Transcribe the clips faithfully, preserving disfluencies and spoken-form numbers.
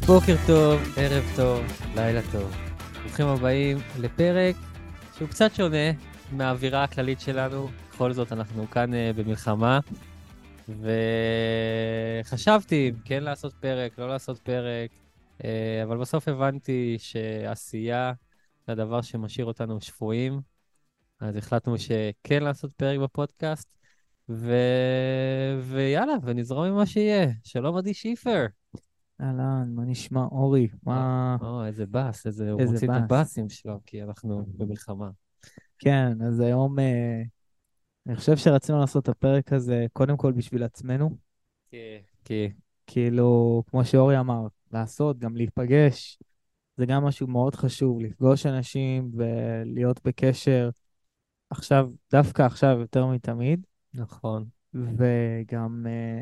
בוקר טוב, ערב טוב, לילה טוב. ברוכים הבאים לפרק שהוא קצת שונה מהאווירה הכללית שלנו. בכל זאת אנחנו כאן uh, במלחמה, וחשבתי אם כן לעשות פרק, לא לעשות פרק, uh, אבל בסוף הבנתי שעשייה זה הדבר שמשאיר אותנו שפויים, אז החלטנו שכן לעשות פרק בפודקאסט, ו... ויאללה, ונזרום עם מה שיהיה. שלום עדי שיפר. אהלן, מה נשמע אורי? מה... או, איזה בס, איזה, הוא איזה מוציא את בס. הבסים שלו, כי אנחנו במלחמה. כן, אז היום אה, אני חושב שרצינו לעשות את הפרק הזה קודם כל בשביל עצמנו. כי, כי, כאילו, כמו שאורי אמר, לעשות, גם להיפגש, זה גם משהו מאוד חשוב, לפגוש אנשים ולהיות בקשר עכשיו, דווקא עכשיו יותר מתמיד. נכון. וגם אה,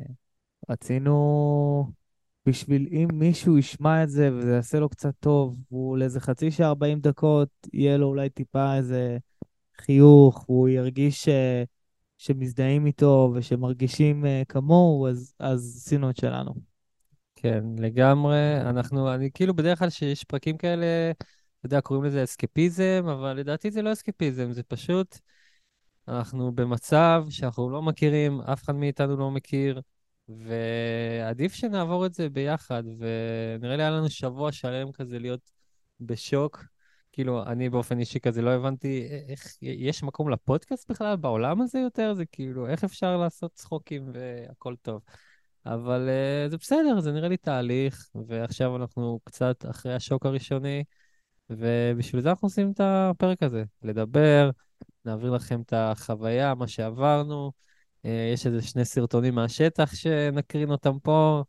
רצינו בשביל אם מישהו ישמע את זה וזה יעשה לו קצת טוב, הוא לאיזה חצי שעה ארבעים דקות, יהיה לו אולי טיפה איזה חיוך, הוא ירגיש ש... שמזדהים איתו ושמרגישים uh, כמוהו, אז, אז עשינו את שלנו. כן, לגמרי. אנחנו, אני כאילו בדרך כלל שיש פרקים כאלה, אתה יודע, קוראים לזה אסקפיזם, אבל לדעתי זה לא אסקפיזם, זה פשוט, אנחנו במצב שאנחנו לא מכירים, אף אחד מאיתנו לא מכיר, ועדיף שנעבור את זה ביחד, ונראה לי היה לנו שבוע שלם כזה להיות בשוק. כאילו, אני באופן אישי כזה לא הבנתי איך, יש מקום לפודקאסט בכלל בעולם הזה יותר? זה כאילו, איך אפשר לעשות צחוקים והכל טוב? אבל uh, זה בסדר, זה נראה לי תהליך, ועכשיו אנחנו קצת אחרי השוק הראשוני, ובשביל זה אנחנו עושים את הפרק הזה, לדבר, נעביר לכם את החוויה, מה שעברנו. Uh, יש איזה שני סרטונים מהשטח שנקרין אותם פה,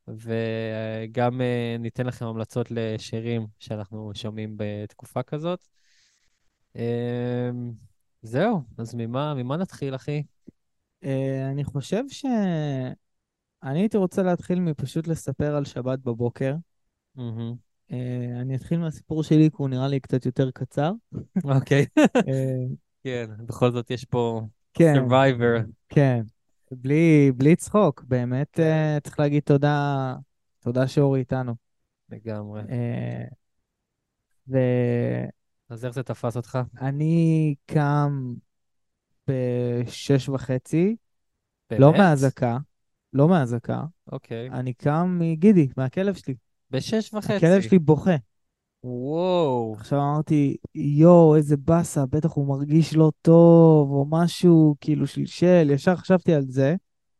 וגם uh, ניתן לכם המלצות לשירים שאנחנו שומעים בתקופה כזאת. Uh, זהו, אז ממה, ממה נתחיל, אחי? Uh, אני חושב שאני הייתי רוצה להתחיל מפשוט לספר על שבת בבוקר. מהמם. Uh, אני אתחיל מהסיפור שלי, כי הוא נראה לי קצת יותר קצר. אוקיי. Uh, כן, בכל זאת יש פה כן, survivor. כן. בלי, בלי צחוק, באמת כן. uh, צריך להגיד תודה, תודה שאורי איתנו. לגמרי. Uh, ואני אז איך זה תפס אותך? קם בשש וחצי, לא באמת? מהאזעקה, לא מהאזעקה, אוקיי. אני קם מגידי, מהכלב שלי. בשש הכלב וחצי. שלי בוכה. וואו. עכשיו אמרתי, יואו, איזה באסה, בטח הוא מרגיש לא טוב, או משהו כאילו שלשל, ישר חשבתי על זה,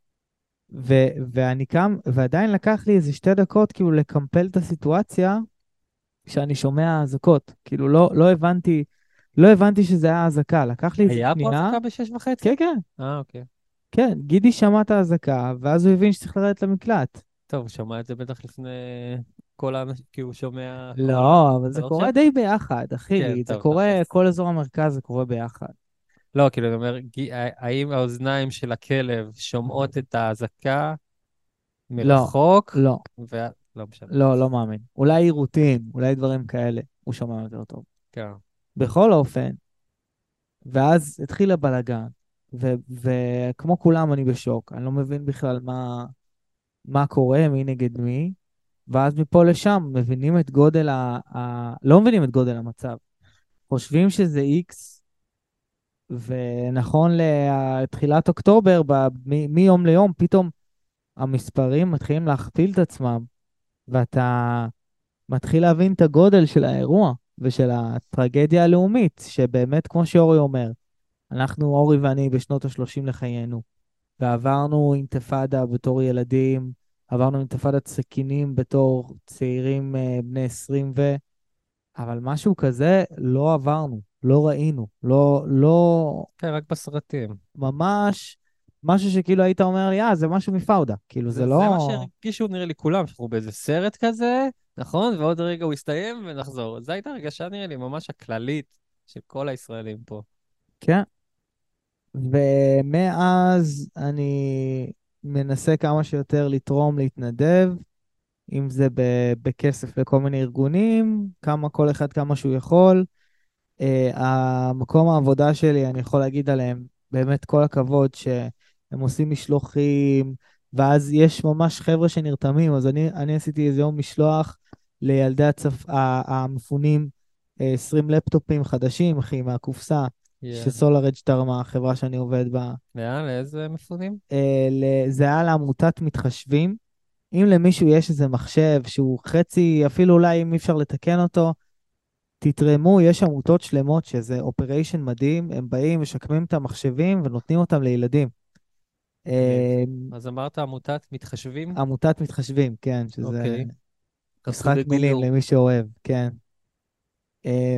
ו- ואני קם, ועדיין לקח לי איזה שתי דקות כאילו לקמפל את הסיטואציה, כשאני שומע אזעקות. כאילו לא, לא הבנתי, לא הבנתי שזה היה אזעקה, לקח לי איזה היה פה שנייה. אזעקה בשש וחצי? כן, כן, אה, אוקיי. כן, גידי שמע את האזעקה, ואז הוא הבין שצריך לרדת למקלט. טוב, הוא שמע את זה בטח לפני כל האנשים, כי הוא שומע כל לא, אבל זה החברות קורה שם? די ביחד, כן, אחי. זה טוב, קורה, תכלס. כל אזור המרכז זה קורה ביחד. לא, כאילו, אני אומר, גי- האם האוזניים של הכלב שומעות את האזעקה לא, מרחוק? לא, ו... לא משנה. לא, לא מאמין. אולי עירותים, אולי דברים כאלה. הוא שומע יותר טוב. כן. בכל אופן, ואז התחיל הבלגן, ו- וכמו כולם אני בשוק. אני לא מבין בכלל מה, מה קורה, מי נגד מי. ואז מפה לשם מבינים את גודל ה... ה... לא מבינים את גודל המצב. חושבים שזה איקס, ונכון לתחילת אוקטובר, ב- מ- מיום ליום, פתאום המספרים מתחילים להכפיל את עצמם, ואתה מתחיל להבין את הגודל של האירוע ושל הטרגדיה הלאומית, שבאמת, כמו שאורי אומר, אנחנו, אורי ואני, בשנות ה-שלושים לחיינו, ועברנו אינתיפאדה בתור ילדים, עברנו אינתיפאדת סכינים בתור צעירים אה, בני עשרים ו... אבל משהו כזה לא עברנו, לא ראינו, לא, לא, כן, רק בסרטים. ממש משהו שכאילו היית אומר לי, אה, זה משהו מפאודה. כאילו, זה זה, זה מה לא... שהרגישו נראה לי כולם, שאנחנו באיזה סרט כזה, נכון? ועוד רגע הוא יסתיים ונחזור. זו הייתה הרגשה נראה לי ממש הכללית של כל הישראלים פה. כן. ומאז אני מנסה כמה שיותר לתרום, להתנדב, אם זה ב- בכסף לכל מיני ארגונים, כמה כל אחד כמה שהוא יכול. Uh, המקום העבודה שלי, אני יכול להגיד עליהם, באמת כל הכבוד שהם עושים משלוחים, ואז יש ממש חבר'ה שנרתמים, אז אני, אני עשיתי איזה יום משלוח, לילדי הצפ... ה- המפונים אה, עשרים לפטופים חדשים, אחי, מהקופסה, יאללה. שסולארג' תרמה, החברה שאני עובד בה. לאן? לאיזה מפונים? אה, ל- זה היה לעמותת מתחשבים. אם למישהו יש איזה מחשב שהוא חצי, אפילו אולי אם אי אפשר לתקן אותו, תתרמו, יש עמותות שלמות שזה אופריישן מדהים, הם באים, משקמים את המחשבים ונותנים אותם לילדים. מגניב. אה, אז אמרת עמותת מתחשבים? עמותת מתחשבים, כן, שזה אוקיי. חפשו משחק מילים בגוגל. למי שאוהב, כן. אה,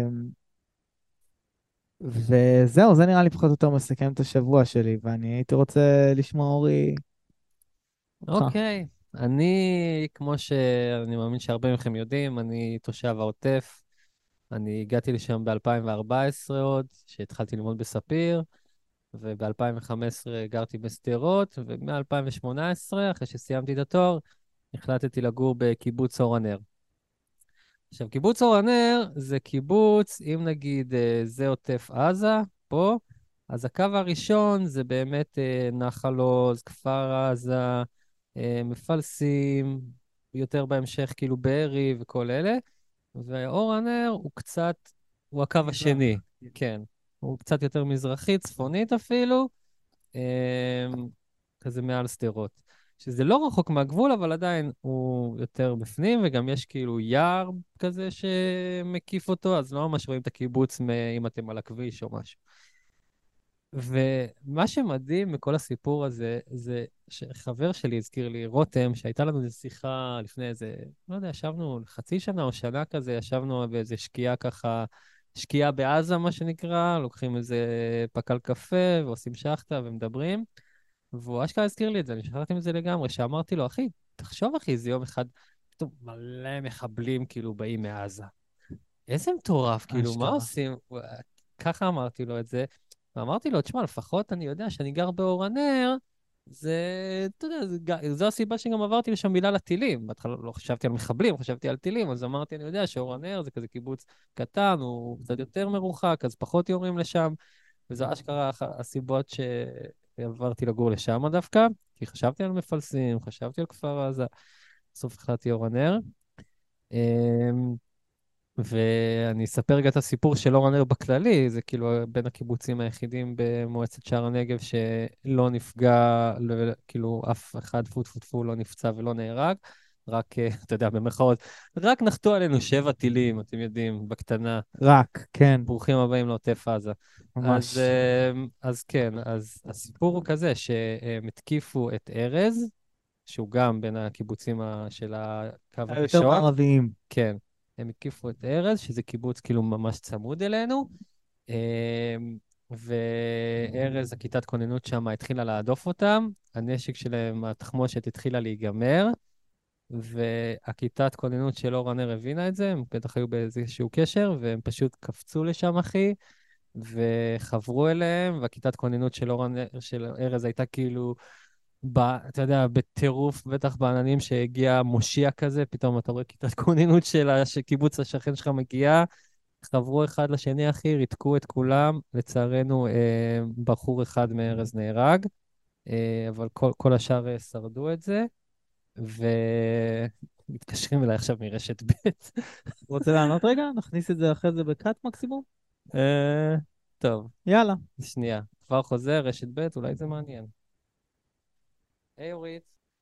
וזהו, זה נראה לי פחות או יותר מסכם את השבוע שלי, ואני הייתי רוצה לשמוע, אורי, אותך. אוקיי. אני, כמו שאני מאמין שהרבה מכם יודעים, אני תושב העוטף. אני הגעתי לשם ב-אלפיים וארבע עשרה עוד, שהתחלתי ללמוד בספיר, וב-אלפיים וחמש עשרה גרתי בשדרות, ומ-אלפיים ושמונה עשרה, אחרי שסיימתי את התואר, החלטתי לגור בקיבוץ אור הנר. עכשיו, קיבוץ אור הנר זה קיבוץ, אם נגיד אה, זה עוטף עזה, פה, אז הקו הראשון זה באמת אה, נחל עוז, כפר עזה, אה, מפלסים, יותר בהמשך כאילו בארי וכל אלה, ואור הנר הוא קצת, הוא הקו מזרח. השני, כן. הוא קצת יותר מזרחי, צפונית אפילו, אה, כזה מעל שדרות. שזה לא רחוק מהגבול, אבל עדיין הוא יותר בפנים, וגם יש כאילו יער כזה שמקיף אותו, אז לא ממש רואים את הקיבוץ מ- אם אתם על הכביש או משהו. ומה שמדהים בכל הסיפור הזה, זה שחבר שלי הזכיר לי, רותם, שהייתה לנו איזו שיחה לפני איזה, לא יודע, ישבנו חצי שנה או שנה כזה, ישבנו באיזה שקיעה ככה, שקיעה בעזה, מה שנקרא, לוקחים איזה פקל קפה ועושים שחטה ומדברים. והוא אשכרה הזכיר לי את זה, אני שכחתי מזה לגמרי, שאמרתי לו, אחי, תחשוב, אחי, איזה יום אחד, פתאום מלא מחבלים כאילו באים מעזה. איזה מטורף, כאילו, מה אשכרה. עושים? הוא- ככה אמרתי לו את זה, ואמרתי לו, תשמע, לפחות אני יודע שאני גר באור הנר, זה, אתה יודע, זה, ג- זו הסיבה שגם עברתי לשם בגלל הטילים. בהתחלה לא חשבתי על מחבלים, חשבתי על טילים, אז אמרתי, אני יודע שאור הנר זה כזה קיבוץ קטן, הוא קצת יותר מרוחק, אז פחות יורים לשם. וזו אשכרה אח- הסיבות שעברתי לגור לשם דווקא, כי חשבתי על מפלסים, חשבתי על כפר עזה, בסוף החלטתי אור הנר. אמ, ואני אספר רגע את הסיפור של אור הנר בכללי, זה כאילו בין הקיבוצים היחידים במועצת שער הנגב שלא נפגע, לא, כאילו אף אחד, טפו טפו טפו, לא נפצע ולא נהרג, רק, אה, אתה יודע, במרכאות, רק נחתו עלינו שבע טילים, אתם יודעים, בקטנה. רק, כן, ברוכים הבאים לעוטף עזה. אז, ממש. אמ, אז כן, אז הסיפור הוא כזה, שהם התקיפו את ארז, שהוא גם בין הקיבוצים ה- של הקו היותר הראשון. מערביים. כן, הם התקיפו את ארז, שזה קיבוץ כאילו ממש צמוד אלינו. אמ, וארז, הכיתת כוננות שם התחילה להדוף אותם, הנשק שלהם, התחמושת התחילה להיגמר, והכיתת כוננות של אור הנר הבינה את זה, הם בטח היו באיזשהו קשר, והם פשוט קפצו לשם, אחי, וחברו אליהם, והכיתת כוננות של אורן, של ארז הייתה כאילו, ב, אתה יודע, בטירוף, בטח בעננים שהגיע מושיע כזה, פתאום אתה רואה כיתת כוננות של הש- קיבוץ השכן שלך מגיעה, חברו אחד לשני, אחי, ריתקו את כולם. לצערנו, אה, בחור אחד מארז נהרג, אה, אבל כל, כל השאר אה, שרדו את זה, ומתקשרים אליי עכשיו מרשת ב'. רוצה לענות רגע? נכניס את זה אחרי זה בקאט מקסימום? אה, טוב, יאללה. שנייה. כבר חוזר, רשת ב', אולי זה מעניין. היי אורית.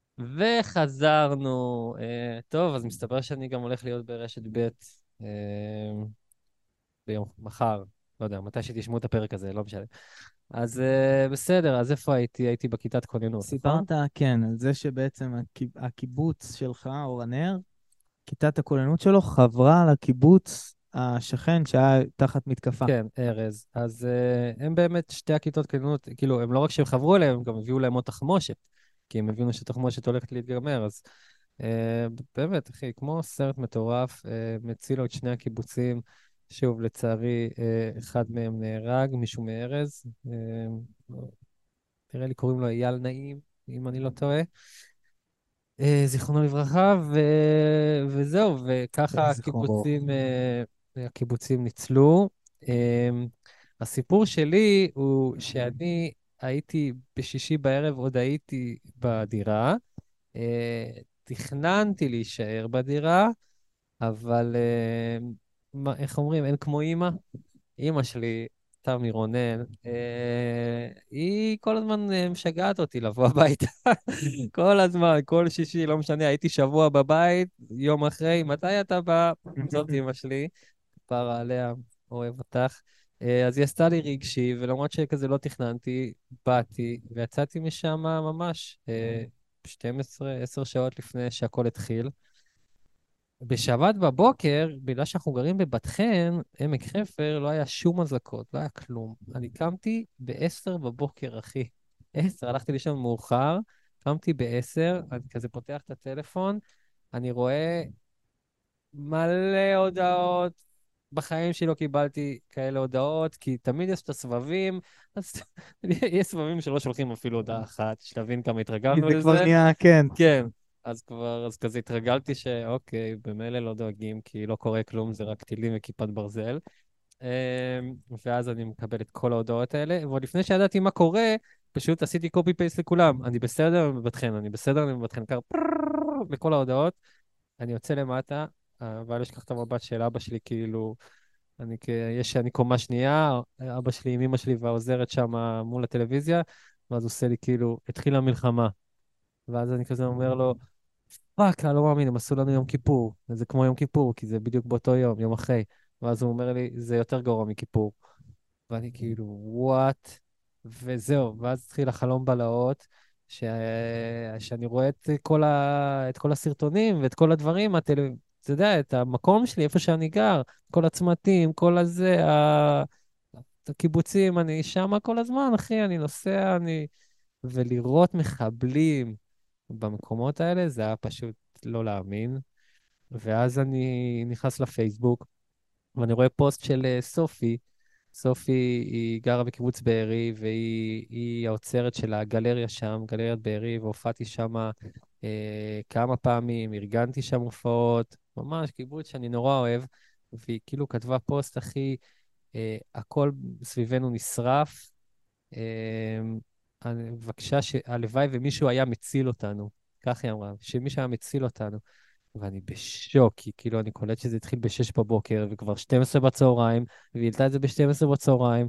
וחזרנו. אה, טוב, אז מסתבר שאני גם הולך להיות ברשת ב' אה, ביום מחר. לא יודע, מתי שתשמעו את הפרק הזה, לא משנה. אז אה, בסדר, אז איפה הייתי? הייתי בכיתת כוננות, נכון? סיפרת, כן, על זה שבעצם הקיב- הקיבוץ שלך, אור הנר, כיתת הכוננות שלו חברה לקיבוץ השכן שהיה תחת מתקפה. כן, ארז. אז uh, הם באמת שתי הכיתות כוננות, כאילו, הם לא רק שהם חברו אליהם, הם גם הביאו להם עוד תחמושת, כי הם הבינו שתחמושת הולכת להתגמר, אז uh, באמת, אחי, כמו סרט מטורף, uh, הם הצילו את שני הקיבוצים. שוב, לצערי, uh, אחד מהם נהרג, מישהו מארז. Uh, נראה לי קוראים לו אייל נעים, אם אני לא טועה. אה, זיכרונו לברכה, ו... וזהו, וככה יהי זכרו ברוך. הקיבוצים, אה, הקיבוצים ניצלו. אה, הסיפור שלי הוא שאני הייתי בשישי בערב, עוד הייתי בדירה, אה, תכננתי להישאר בדירה, אבל אה, מה, איך אומרים, אין כמו אימא. אימא שלי, תמי רונן, אה, היא כל הזמן אה, משגעת אותי לבוא הביתה. כל הזמן, כל שישי, לא משנה, הייתי שבוע בבית, יום אחרי, מתי אתה בא? זאת אימא שלי, כפרה עליה, אוהב אותך. אה, אז היא עשתה לי רגשי, ולמרות שכזה לא תכננתי, באתי, ויצאתי משם ממש אה, שתים עשרה, עשר שעות לפני שהכל התחיל. בשבת בבוקר, בגלל שאנחנו גרים בבת חן, עמק חפר, לא היה שום אזעקות, לא היה כלום. אני קמתי בעשר בבוקר, אחי. עשר, הלכתי לישון מאוחר, קמתי בעשר, אני כזה פותח את הטלפון, אני רואה מלא הודעות. בחיים שלי לא קיבלתי כאלה הודעות, כי תמיד יש את הסבבים, אז יש סבבים שלא שולחים אפילו הודעה אחת, שתבין כמה כי התרגלנו זה כבר לזה. נהיה, כן. כן, אז כבר, אז כזה התרגלתי שאוקיי, במילא לא דואגים, כי לא קורה כלום, זה רק טילים וכיפת ברזל. אמ, ואז אני מקבל את כל ההודעות האלה, ועוד לפני שידעתי מה קורה, פשוט עשיתי קופי פייסט לכולם. אני בסדר, אני בבת חן, אני בסדר, אני בבת חן, קר פרררר לכל ההודעות. אני יוצא למטה, אבל יש לך את המבט של אבא שלי, כאילו, אני, כ- יש, אני קומה שנייה, אבא שלי עם אמא שלי והעוזרת שם מול הטלוויזיה, ואז הוא עושה לי כאילו, התחילה המלחמה. ואז אני כזה אומר לו, פאק, אני לא מאמין, הם עשו לנו יום כיפור. זה כמו יום כיפור, כי זה בדיוק באותו יום, יום אחרי. ואז הוא אומר לי, זה יותר גרוע מכיפור. ואני כאילו, וואט? וזהו, ואז התחיל החלום בלהות, ש... שאני רואה את כל, ה... את כל הסרטונים ואת כל הדברים, הטל... אתה יודע, את המקום שלי, איפה שאני גר, כל הצמתים, כל הזה, ה... את הקיבוצים, אני שם כל הזמן, אחי, אני נוסע, אני... ולראות מחבלים במקומות האלה, זה היה פשוט לא להאמין. ואז אני נכנס לפייסבוק, ואני רואה פוסט של אה, סופי. סופי היא גרה בקיבוץ בארי, והיא היא האוצרת של הגלריה שם, גלריית בארי, והופעתי שם אה, כמה פעמים, ארגנתי שם הופעות, ממש קיבוץ שאני נורא אוהב, והיא כאילו כתבה פוסט, אחי, אה, הכל סביבנו נשרף, אה, אני- בבקשה, הלוואי ומישהו היה מציל אותנו. כך היא אמרה, שמישהו היה מציל אותנו. ואני בשוק, כי כאילו אני קולט שזה התחיל ב-שש בבוקר, וכבר שתים עשרה בצהריים, והיא העלתה את זה ב-שתים עשרה בצהריים,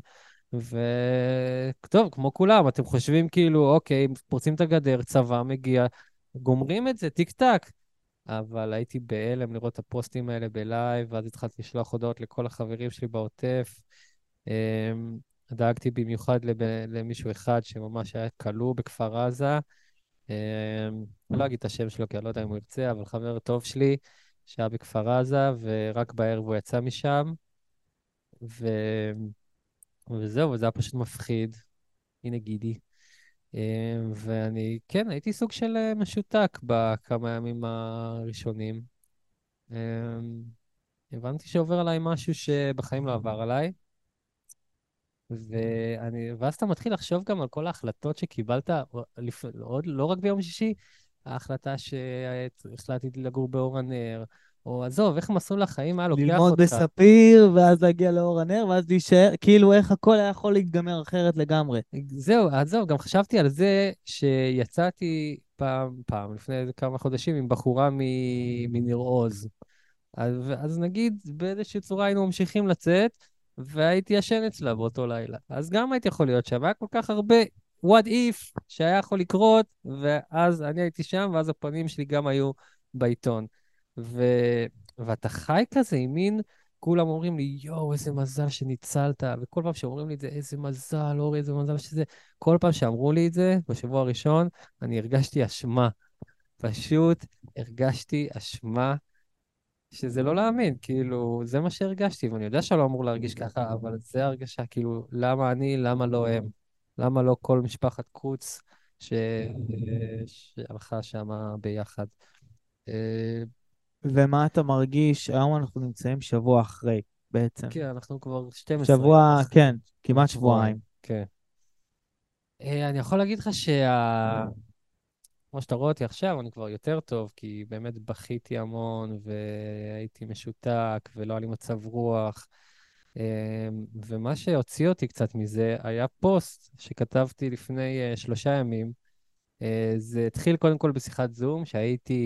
וטוב, כמו כולם, אתם חושבים כאילו, אוקיי, פורצים את הגדר, צבא מגיע, גומרים את זה, טיק טק. אבל הייתי בהלם לראות את הפוסטים האלה בלייב, ואז התחלתי לשלוח הודעות לכל החברים שלי בעוטף. אמ, דאגתי במיוחד לב- למישהו אחד שממש היה כלוא בכפר עזה. אמ, אני לא אגיד את השם שלו, כי אני לא יודע אם הוא ירצה, אבל חבר טוב שלי שהיה בכפר עזה, ורק בערב הוא יצא משם, ו... וזהו, וזה היה פשוט מפחיד. הנה גידי. אמ, ואני, כן, הייתי סוג של אה, משותק בכמה ימים הראשונים. אמ, הבנתי שעובר עליי משהו שבחיים לא עבר עליי. ואני, ואז אתה מתחיל לחשוב גם על כל ההחלטות שקיבלת, לפ- עוד לא רק ביום שישי, ההחלטה שהחלטתי לגור באור הנר, או עזוב, איך מסלול החיים היה לוקח ללמוד אותך. בספיר, ואז להגיע לאור הנר, ואז להישאר, כאילו איך הכל היה יכול להיגמר אחרת לגמרי. זהו, עזוב, גם חשבתי על זה שיצאתי פעם, פעם, לפני איזה כמה חודשים, עם בחורה מ- מניר עוז. אז, אז נגיד באיזושהי צורה היינו ממשיכים לצאת, והייתי ישן אצלה באותו לילה. אז גם הייתי יכול להיות שם. היה כל כך הרבה what if שהיה יכול לקרות, ואז אני הייתי שם, ואז הפנים שלי גם היו בעיתון. ו... ואתה חי כזה עם מין, כולם אומרים לי, יואו, איזה מזל שניצלת, וכל פעם שאומרים לי את זה, איזה מזל, אורי, איזה מזל שזה... כל פעם שאמרו לי את זה, בשבוע הראשון, אני הרגשתי אשמה. פשוט הרגשתי אשמה שזה לא להאמין, כאילו, זה מה שהרגשתי, ואני יודע שאני לא אמור להרגיש ככה, אבל זה הרגשה, כאילו, למה אני, למה לא הם? למה לא כל משפחת קוץ ש... שהלכה שם ביחד? אה, ומה אתה מרגיש? היום אנחנו נמצאים שבוע אחרי, בעצם. כן, אנחנו כבר שתים עשרה יום שבוע, אחרי, כן, כמעט כמעט שבועיים, שבועיים. כן. אה, אני יכול להגיד לך שה... כמו שאתה רואה אותי עכשיו, אני כבר יותר טוב, כי באמת בכיתי המון, והייתי משותק, ולא היה לי מצב רוח. אמ, ומה שהוציא אותי קצת מזה היה פוסט שכתבתי לפני אה, שלושה ימים. אה, זה התחיל קודם כל בשיחת זום, שהייתי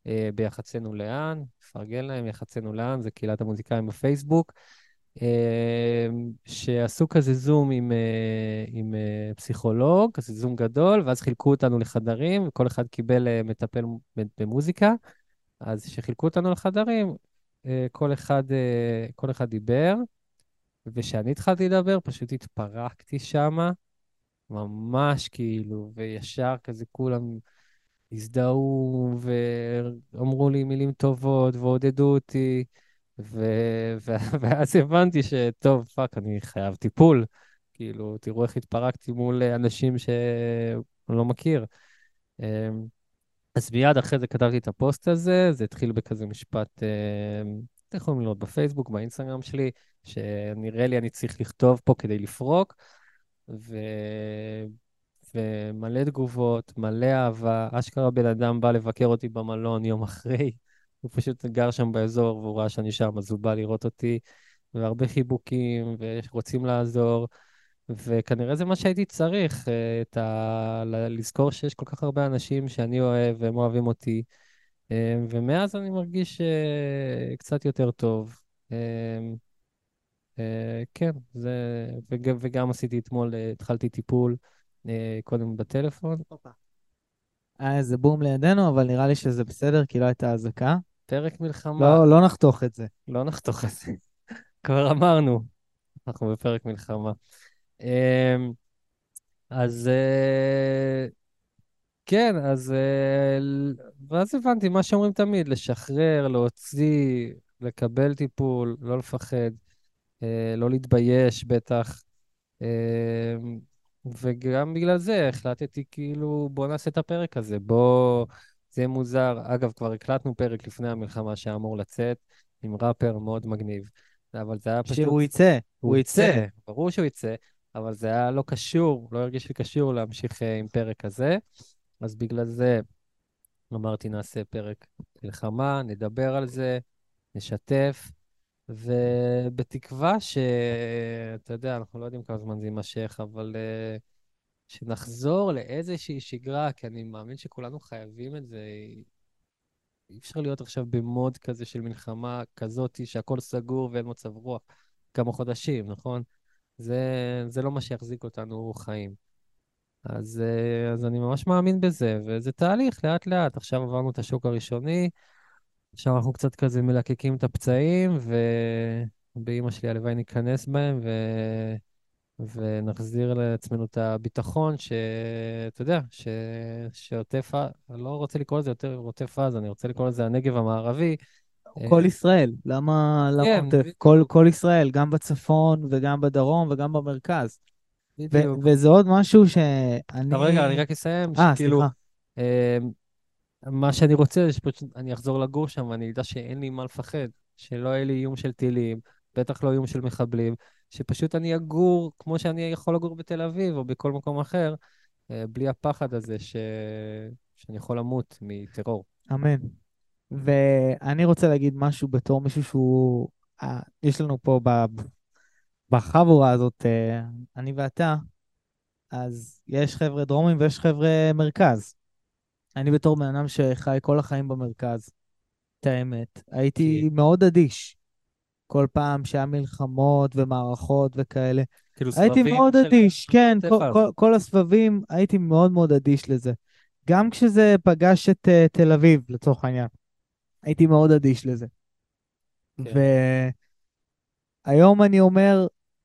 אה, ביחצנו לאן, פרגן להם, יחצנו לאן, זה קהילת המוזיקאים בפייסבוק, אה, שעשו כזה זום עם, אה, עם אה, פסיכולוג, כזה זום גדול, ואז חילקו אותנו לחדרים, וכל אחד קיבל אה, מטפל במוזיקה, אז כשחילקו אותנו לחדרים, אה, כל אחד, אה, כל אחד דיבר, וכשאני התחלתי לדבר, פשוט התפרקתי שמה, ממש כאילו, וישר כזה כולם הזדהו ואמרו לי מילים טובות ועודדו אותי, ו... ו... ואז הבנתי שטוב, פאק, אני חייב טיפול. כאילו, תראו איך התפרקתי מול אנשים שאני לא מכיר. אמ, אז מיד אחרי זה כתבתי את הפוסט הזה, זה התחיל בכזה משפט, אמ, אתם יכולים לראות בפייסבוק, באינסטגרם שלי, שנראה לי אני צריך לכתוב פה כדי לפרוק, ו... ומלא תגובות, מלא אהבה. אשכרה בן אדם בא לבקר אותי במלון יום אחרי, הוא פשוט גר שם באזור והוא ראה שאני שם, אז הוא בא לראות אותי, והרבה חיבוקים, ורוצים לעזור, וכנראה זה מה שהייתי צריך, אה, את ה... ל- לזכור שיש כל כך הרבה אנשים שאני אוהב והם אוהבים אותי, אה, ומאז אני מרגיש אה, קצת יותר טוב. אה, אה, כן, זה... וג... וגם עשיתי אתמול, אה, התחלתי טיפול, אה, קודם בטלפון. הופה. היה איזה בום לידינו, אבל נראה לי שזה בסדר, כי לא הייתה אזעקה. פרק מלחמה, לא, לא נחתוך את זה. לא נחתוך את זה. כבר אמרנו, אנחנו בפרק מלחמה. אמ, אז אה, כן, אז... אה, ל- ואז הבנתי מה שאומרים תמיד, לשחרר, להוציא, לקבל טיפול, לא לפחד, אה, לא להתבייש בטח. אמ, וגם בגלל זה החלטתי כאילו, בוא נעשה את הפרק הזה, בוא... זה יהיה מוזר. אגב, כבר הקלטנו פרק לפני המלחמה שהיה אמור לצאת, עם ראפר מאוד מגניב. אבל זה היה פשוט... שהוא יצא, הוא הוא יצא. יצא, ברור שהוא יצא, אבל זה היה לא קשור, לא הרגיש לי קשור להמשיך אה, עם פרק כזה. אז בגלל זה אמרתי, נעשה פרק מלחמה, נדבר על זה, נשתף, ובתקווה ש... אתה יודע, אנחנו לא יודעים כמה זמן זה יימשך, אבל אה, שנחזור לאיזושהי שגרה, כי אני מאמין שכולנו חייבים את זה. אי אפשר להיות עכשיו במוד כזה של מלחמה כזאת, שהכל סגור ואין מצב רוח כמה חודשים, נכון? זה, זה לא מה שיחזיק אותנו חיים. אז, אה, אז אני ממש מאמין בזה, וזה תהליך לאט-לאט. עכשיו עברנו את השוק הראשוני, עכשיו אנחנו קצת כזה מלקקים את הפצעים, ובאמא שלי הלוואי ניכנס בהם, ו... ונחזיר לעצמנו את הביטחון, שאתה יודע, ש... שעוטף, ע- אני לא רוצה לקרוא לזה יותר עוטף עזה, אני רוצה לקרוא לזה הנגב המערבי. כל אה, ישראל. למה, למה כן, עוטף? כל, בדיוק, כל ישראל, גם בצפון וגם בדרום וגם במרכז. ו, בדיוק. וזה עוד משהו עכשיו רגע, אני שאני... רק אסיים, אה, שכאילו, סליחה. אה, מה שאני רוצה זה שפשוט אני אחזור לגור שם ואני אדע שאין לי מה לפחד, שלא יהיה לי איום של טילים, בטח לא איום של מחבלים, שפשוט אני אגור כמו שאני יכול לגור בתל אביב או בכל מקום אחר, אה, בלי הפחד הזה ש... שאני יכול למות מטרור. אמן. ואני רוצה להגיד משהו בתור מישהו שהוא... אה, יש לנו פה ב, בחבורה הזאת, אה, אני ואתה, אז יש חבר'ה דרומים ויש חבר'ה מרכז. אני בתור בן אדם שחי כל החיים במרכז, את האמת, כי הייתי מאוד אדיש. כל פעם שהיה מלחמות ומערכות וכאלה. כאילו הייתי סבבים מאוד של אדיש, כן, עוטף כל, עזה. כל, כל הסבבים, הייתי מאוד מאוד אדיש לזה. גם כשזה פגש את uh, תל אביב, לצורך העניין, הייתי מאוד אדיש לזה. כן, והיום אני אומר,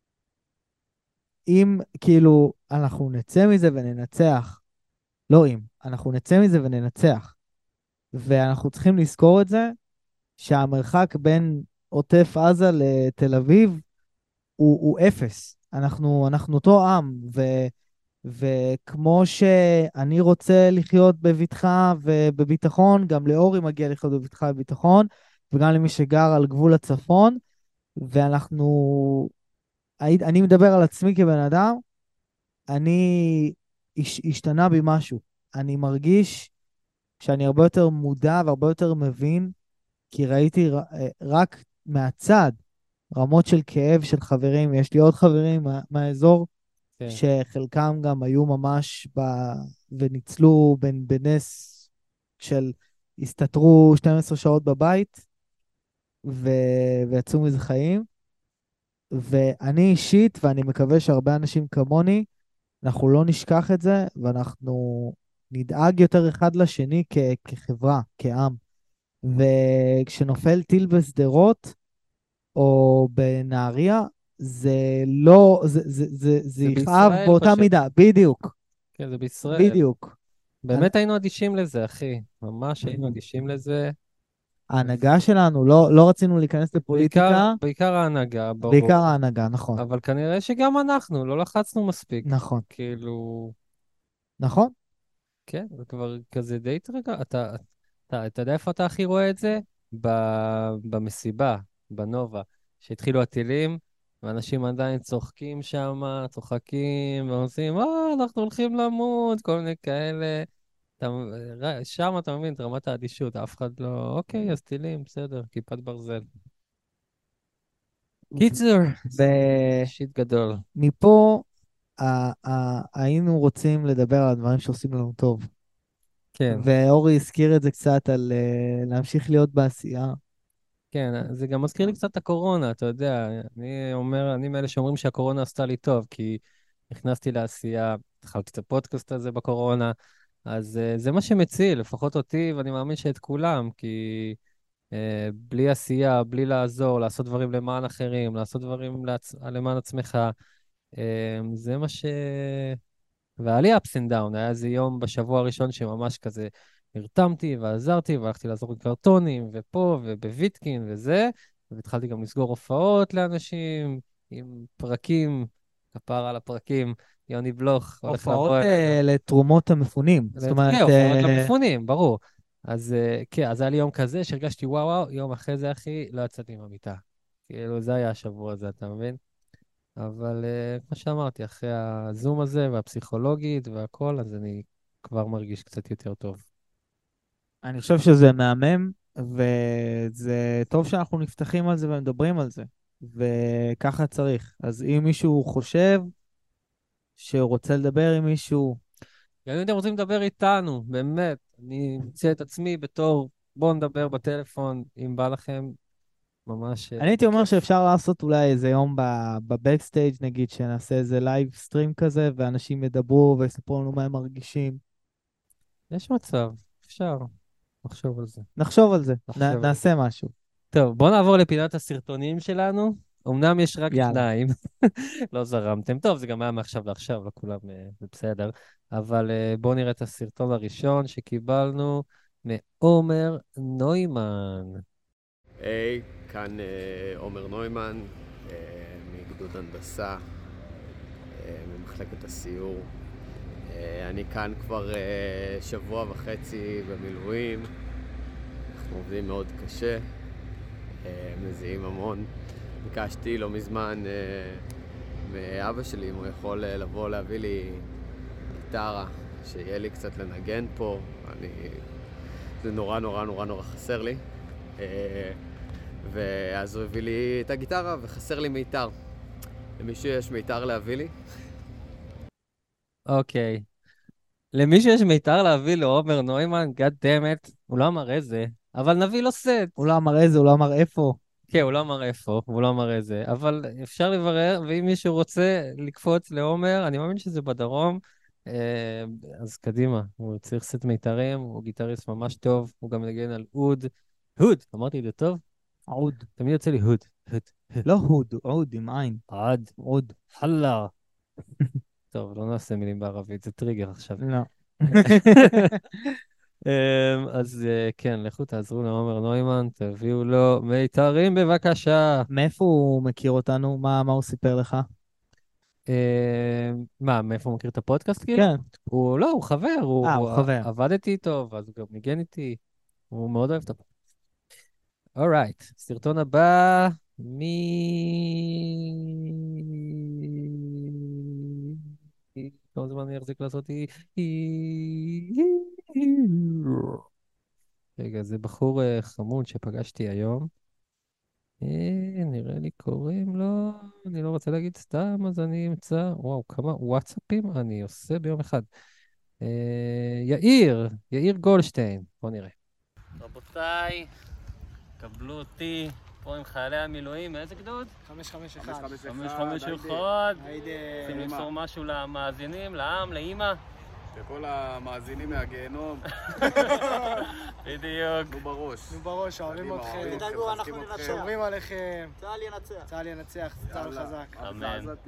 אם כאילו אנחנו נצא מזה וננצח, לא אם, אנחנו נצא מזה וננצח, ואנחנו צריכים לזכור את זה, שהמרחק בין עוטף עזה לתל אביב הוא, הוא אפס. אנחנו, אנחנו אותו עם, ו, וכמו שאני רוצה לחיות בבטחה ובביטחון, גם לאורי מגיע לחיות בבטחה ובביטחון, וגם למי שגר על גבול הצפון, ואנחנו, הי- אני מדבר על עצמי כבן אדם, אני, הש, השתנה בי משהו. אני מרגיש שאני הרבה יותר מודע והרבה יותר מבין, כי ראיתי ר- רק מהצד רמות של כאב של חברים, יש לי עוד חברים מה, מהאזור, כן, שחלקם גם היו ממש ב... וניצלו בנ... בנס של הסתתרו שתים עשרה שעות בבית, ו... ויצאו מזה חיים. ואני אישית, ואני מקווה שהרבה אנשים כמוני, אנחנו לא נשכח את זה, ואנחנו נדאג יותר אחד לשני כ... כחברה, כעם. וכשנופל טיל בשדרות, או בנהריה, זה לא, זה, זה, זה, זה זה יכאב בישראל באותה פשוט. מידה, בדיוק, כן, זה בישראל. בדיוק. באמת היינו אדישים לזה, אחי. ממש היינו אדישים לזה. ההנהגה שלנו, לא, לא רצינו להיכנס בעיקר, לפוליטיקה, בעיקר ההנהגה, בעיקר ברור. ההנהגה, נכון. אבל כנראה שגם אנחנו לא לחצנו מספיק. נכון, כאילו, נכון. כן, זה כבר כזה די התרגע. אתה, אתה, אתה יודע איפה אתה הכי רואה את זה? ב, במסיבה, בנובה, שהתחילו הטילים, ואנשים עדיין צוחקים שם, צוחקים, ועושים, אה, אנחנו הולכים למות, כל מיני כאלה. אתה, שם אתה מבין את רמת האדישות, אף אחד לא, אוקיי, אז טילים, בסדר, כיפת ברזל. קיצור, זה שיט גדול. ומפה ה- ה- היינו רוצים לדבר על הדברים שעושים לנו טוב. כן, ואורי הזכיר את זה קצת על אה, להמשיך להיות בעשייה. כן, זה גם מזכיר לי קצת את הקורונה, אתה יודע. אני אומר, אני מאלה שאומרים שהקורונה עשתה לי טוב, כי נכנסתי לעשייה, התחלתי את הפודקאסט הזה בקורונה, אז uh, זה מה שמציל, לפחות אותי, ואני מאמין שאת כולם, כי uh, בלי עשייה, בלי לעזור, לעשות דברים למען אחרים, לעשות דברים לעצ... למען עצמך, uh, זה מה ש... והיה לי ups and down, היה איזה יום בשבוע הראשון שממש כזה נרתמתי ועזרתי, והלכתי לעזור עם קרטונים, ופה, ובוויטקין וזה, והתחלתי גם לסגור הופעות לאנשים, עם פרקים, כפר על הפרקים, יוני בלוך הולך הופעות לבוא אלינו. אה, לתרומות המפונים. זאת לת- כן, אומרת, הופעות אה, למפונים, ברור. אז אה, כן, אז היה לי יום כזה שהרגשתי, וואו, וואו, יום אחרי זה, אחי, לא יצאתי מהמיטה. כאילו, זה היה השבוע הזה, אתה מבין? אבל uh, כמו שאמרתי, אחרי הזום הזה והפסיכולוגית והכל, אז אני כבר מרגיש קצת יותר טוב. אני חושב שזה מהמם, וזה טוב שאנחנו נפתחים על זה ומדברים על זה. וככה צריך. אז אם מישהו חושב שרוצה לדבר עם מישהו, גם אם אתם רוצים לדבר איתנו, באמת, אני מציע את עצמי בתור, בואו נדבר בטלפון, אם בא לכם, ממש אני uh, הייתי אומר בכיף. שאפשר לעשות אולי איזה יום בבקסטייג', נגיד, שנעשה איזה לייב סטרים כזה, ואנשים ידברו ויספרו לנו מה הם מרגישים. יש מצב, אפשר לחשוב על זה. נחשוב על זה, נ- לחשוב על זה. נעשה משהו. טוב, בואו נעבור לפינת הסרטונים שלנו. אמנם יש רק יאללה. שניים, לא זרמתם. טוב, זה גם היה מעכשיו לעכשיו, לא כולם, אה, זה בסדר. אבל אה, בואו נראה את הסרטון הראשון שקיבלנו מעומר נוימן. היי, כאן אה, עומר נוימן, אה, מגדוד הנדסה, אה, ממחלקת הסיור. אה, אני כאן כבר אה, שבוע וחצי במילואים, אנחנו עובדים מאוד קשה, אה, מזיעים המון. ביקשתי לא מזמן אה, מאבא שלי אם הוא יכול אה, לבוא להביא לי גיטרה, שיהיה לי קצת לנגן פה, אני... זה נורא נורא נורא נורא חסר לי. אה, ואז הוא הביא לי את הגיטרה וחסר לי מיתר. למישהו יש מיתר להביא לי? אוקיי. למישהו יש מיתר להביא לעומר נוימן? God damn it. הוא לא אמר איזה, אבל נביא לו סט. הוא לא אמר איזה, הוא לא אמר איפה. כן, הוא לא אמר איפה, הוא לא אמר איזה, אבל אפשר לברר, ואם מישהו רוצה לקפוץ לעומר, אני מאמין שזה בדרום, אה, אז קדימה, הוא צריך סט מיתרים, הוא גיטריסט ממש טוב, הוא גם מנגן על אוד. הוד, אמרתי את זה טוב? עוד. תמיד יוצא לי הוד, הוד, הוד. לא הוד, עוד עם עין. עד, עוד. חלה. טוב, לא נעשה מילים בערבית, זה טריגר עכשיו. לא. אמ, אז אה, כן, לכו תעזרו לעומר נוימן, תביאו לו מיתרים בבקשה. מאיפה הוא מכיר אותנו? מה, מה הוא סיפר לך? אה, מה, מאיפה הוא מכיר את הפודקאסט כאילו? כן. הוא לא, הוא חבר, הוא, אה, הוא הוא חבר. עבדתי איתו, ואז הוא גם ניגן איתי, הוא מאוד אוהב את הפודקאסט. אורייט, סרטון הבא, מ... כמה זמן אני אחזיק לעשות? רגע, זה בחור אה, חמוד שפגשתי היום. אה, נראה לי קוראים לו, אני לא רוצה להגיד סתם, אז אני אמצא, וואו, כמה וואטסאפים אני עושה ביום אחד. אה, יאיר, יאיר גולדשטיין, בוא נראה. רבותיי, קבלו אותי פה עם חיילי המילואים, מאיזה גדוד? חמש חמש אחד. חמש חמש אחד. היידה. רוצים למסור משהו למאזינים, לעם, לאמא? לכל המאזינים מהגיהנום, בדיוק. נו בראש. נו בראש, אוהבים קדימה, אתכם. אוהבים תדאגו, אתכם, אנחנו מחזקים ננצח. אתכם. שומרים עליכם. צה"ל ינצח. צה"ל ינצח, צה"ל יאללה, חזק. אמן. עזתי.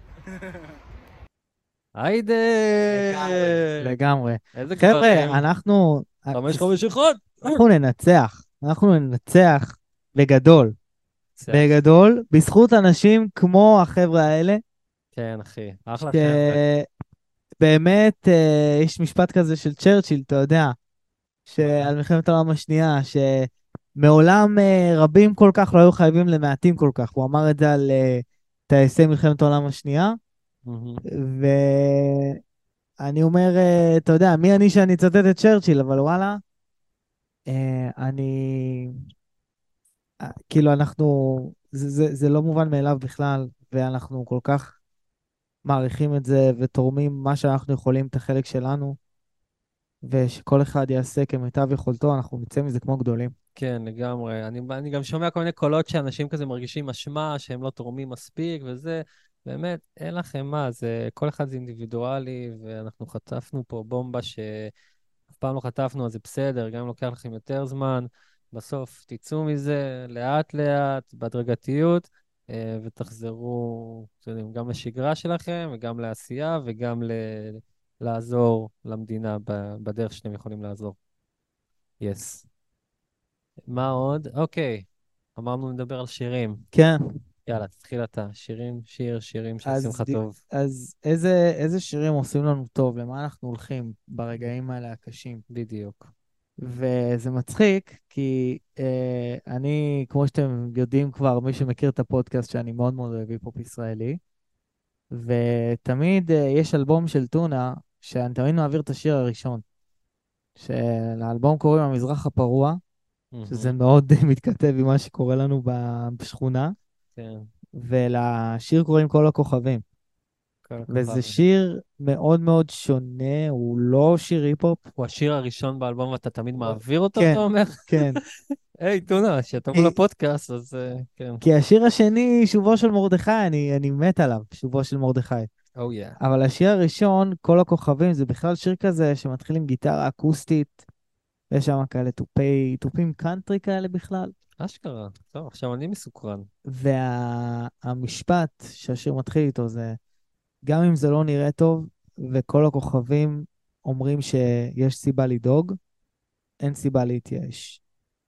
היידה! לגמרי. איזה חבר'ה, אנחנו... חמש חמש אחד. אנחנו ננצח. אנחנו ננצח בגדול. בגדול, בזכות אנשים כמו החבר'ה האלה, כן, אחי. אחלה חבר'ה. שבאמת אה, יש משפט כזה של צ'רצ'יל, אתה יודע, שעל מלחמת העולם השנייה, שמעולם אה, רבים כל כך לא היו חייבים למעטים כל כך. הוא אמר את זה על אה, טייסי מלחמת העולם השנייה, מהמם. ואני אומר, אה, אתה יודע, מי אני שאני אצטט את צ'רצ'יל, אבל וואלה, אה, אני... אה, כאילו אנחנו, זה, זה, זה לא מובן מאליו בכלל, ואנחנו כל כך מעריכים את זה ותורמים מה שאנחנו יכולים את החלק שלנו, ושכל אחד יעשה כמיטב יכולתו, אנחנו נצא מזה כמו גדולים. כן, לגמרי. אני, אני גם שומע כל מיני קולות שאנשים כזה מרגישים אשמה, שהם לא תורמים מספיק וזה. באמת, אין לכם מה, זה, כל אחד זה אינדיבידואלי, ואנחנו חטפנו פה בומבה שאף פעם לא חטפנו, אז זה בסדר, גם אם לוקח לכם יותר זמן. בסוף תצאו מזה לאט-לאט, בהדרגתיות, אה, ותחזרו, אתם יודעים, גם לשגרה שלכם, וגם לעשייה, וגם ל... לעזור למדינה ב- בדרך שאתם יכולים לעזור. יס. מה עוד? אוקיי, אמרנו לדבר על שירים. כן, יאללה, תתחיל אתה. שירים, שיר, שירים אז שעושים לך ד- טוב. אז איזה, איזה שירים עושים לנו טוב? למה אנחנו הולכים ברגעים האלה הקשים? בדיוק. וזה מצחיק, כי אה, אני, כמו שאתם יודעים כבר, מי שמכיר את הפודקאסט, שאני מאוד מאוד אוהב היפ-הופ ישראלי, ותמיד אה, יש אלבום של טונה, שאני תמיד מעביר את השיר הראשון. שלאלבום קוראים המזרח הפרוע, שזה מאוד מתכתב עם מה שקורה לנו ב- בשכונה, כן, ולשיר קוראים כל הכוכבים. כל וזה הכוכבים. שיר מאוד מאוד שונה, הוא לא שיר היפ-הופ, הוא השיר הראשון באלבום ואתה תמיד מעביר אותו, כן. אתה אומר? כן. היי, טונה, שאתה מול הפודקאסט, אז אה, כן. כי השיר השני, שובו של מרדכי, אני, אני מת עליו, שובו של מרדכי. או יא. אבל השיר הראשון, כל הכוכבים, זה בכלל שיר כזה שמתחיל עם גיטרה אקוסטית, ויש שם כאלה תופי, תופים קאנטרי כאלה בכלל. אשכרה. טוב, עכשיו אני מסוקרן. והמשפט שהשיר מתחיל איתו זה, גם אם זה לא נראה טוב, וכל הכוכבים אומרים שיש סיבה לדאוג, אין סיבה להתייאש.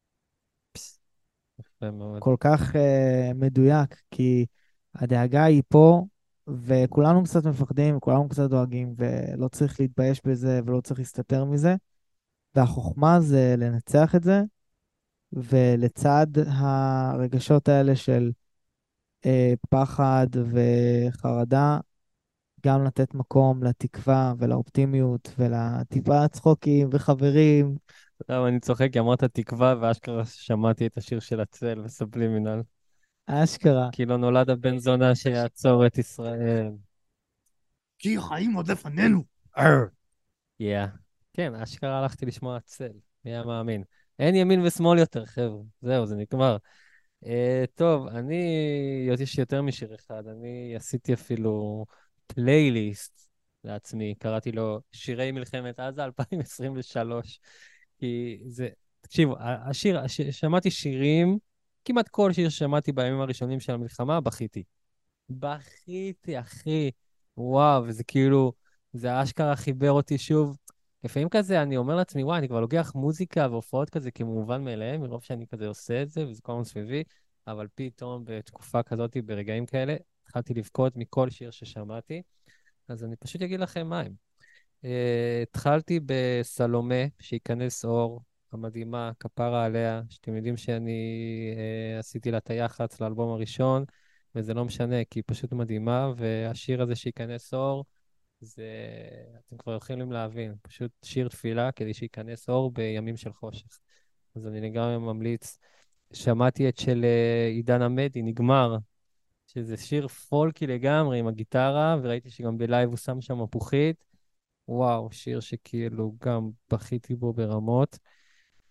יפה מאוד. כל כך uh, מדויק, כי הדאגה היא פה, וכולנו קצת מפחדים, וכולנו קצת דואגים, ולא צריך להתבייש בזה, ולא צריך להסתתר מזה. והחוכמה זה לנצח את זה, ולצד הרגשות האלה של uh, פחד וחרדה, גם לתת מקום לתקווה ולאופטימיות ולטיפה צחוקים וחברים. עכשיו אני צוחק, כי אמרת תקווה, ואשכרה שמעתי את השיר של הצל וסבלימינל. אשכרה. כי לא נולד הבן זונה שיעצור את ישראל. כי חיים עוד לפנינו. יא. כן, אשכרה הלכתי לשמוע הצל. מי היה מאמין? אין ימין ושמאל יותר, חבר'ה. זהו, זה נגמר. Uh, טוב, אני, יש יותר משיר אחד. אני עשיתי אפילו פלייליסט לעצמי. קראתי לו שירי מלחמת עזה אלפיים עשרים ושלוש. כי זה, תקשיבו, ה- השיר, הש, שמעתי שירים, כמעט כל שיר ששמעתי בימים הראשונים של המלחמה, בכיתי. בכיתי, אחי. וואו, וזה כאילו, זה אשכרה חיבר אותי שוב. לפעמים כזה, אני אומר לעצמי, וואי, אני כבר לוקח מוזיקה והופעות כזה כמובן מאליהם, מרוב שאני כזה עושה את זה, וזה כל הזמן סביבי, אבל פתאום בתקופה כזאת, ברגעים כאלה, התחלתי לבכות מכל שיר ששמעתי, אז אני פשוט אגיד לכם מה הם. Uh, התחלתי בסלומה, שייכנס אור, המדהימה, כפרה עליה, שאתם יודעים שאני uh, עשיתי לה את היח"צ לאלבום הראשון, וזה לא משנה, כי היא פשוט מדהימה, והשיר הזה שייכנס אור, זה, אתם כבר יכולים להבין, פשוט שיר תפילה כדי שייכנס אור בימים של חושך. אז אני לגמרי ממליץ. שמעתי את של uh, עידן עמדי, נגמר, שזה שיר פולקי לגמרי עם הגיטרה, וראיתי שגם בלייב הוא שם שם מפוחית. וואו, שיר שכאילו גם בכיתי בו ברמות.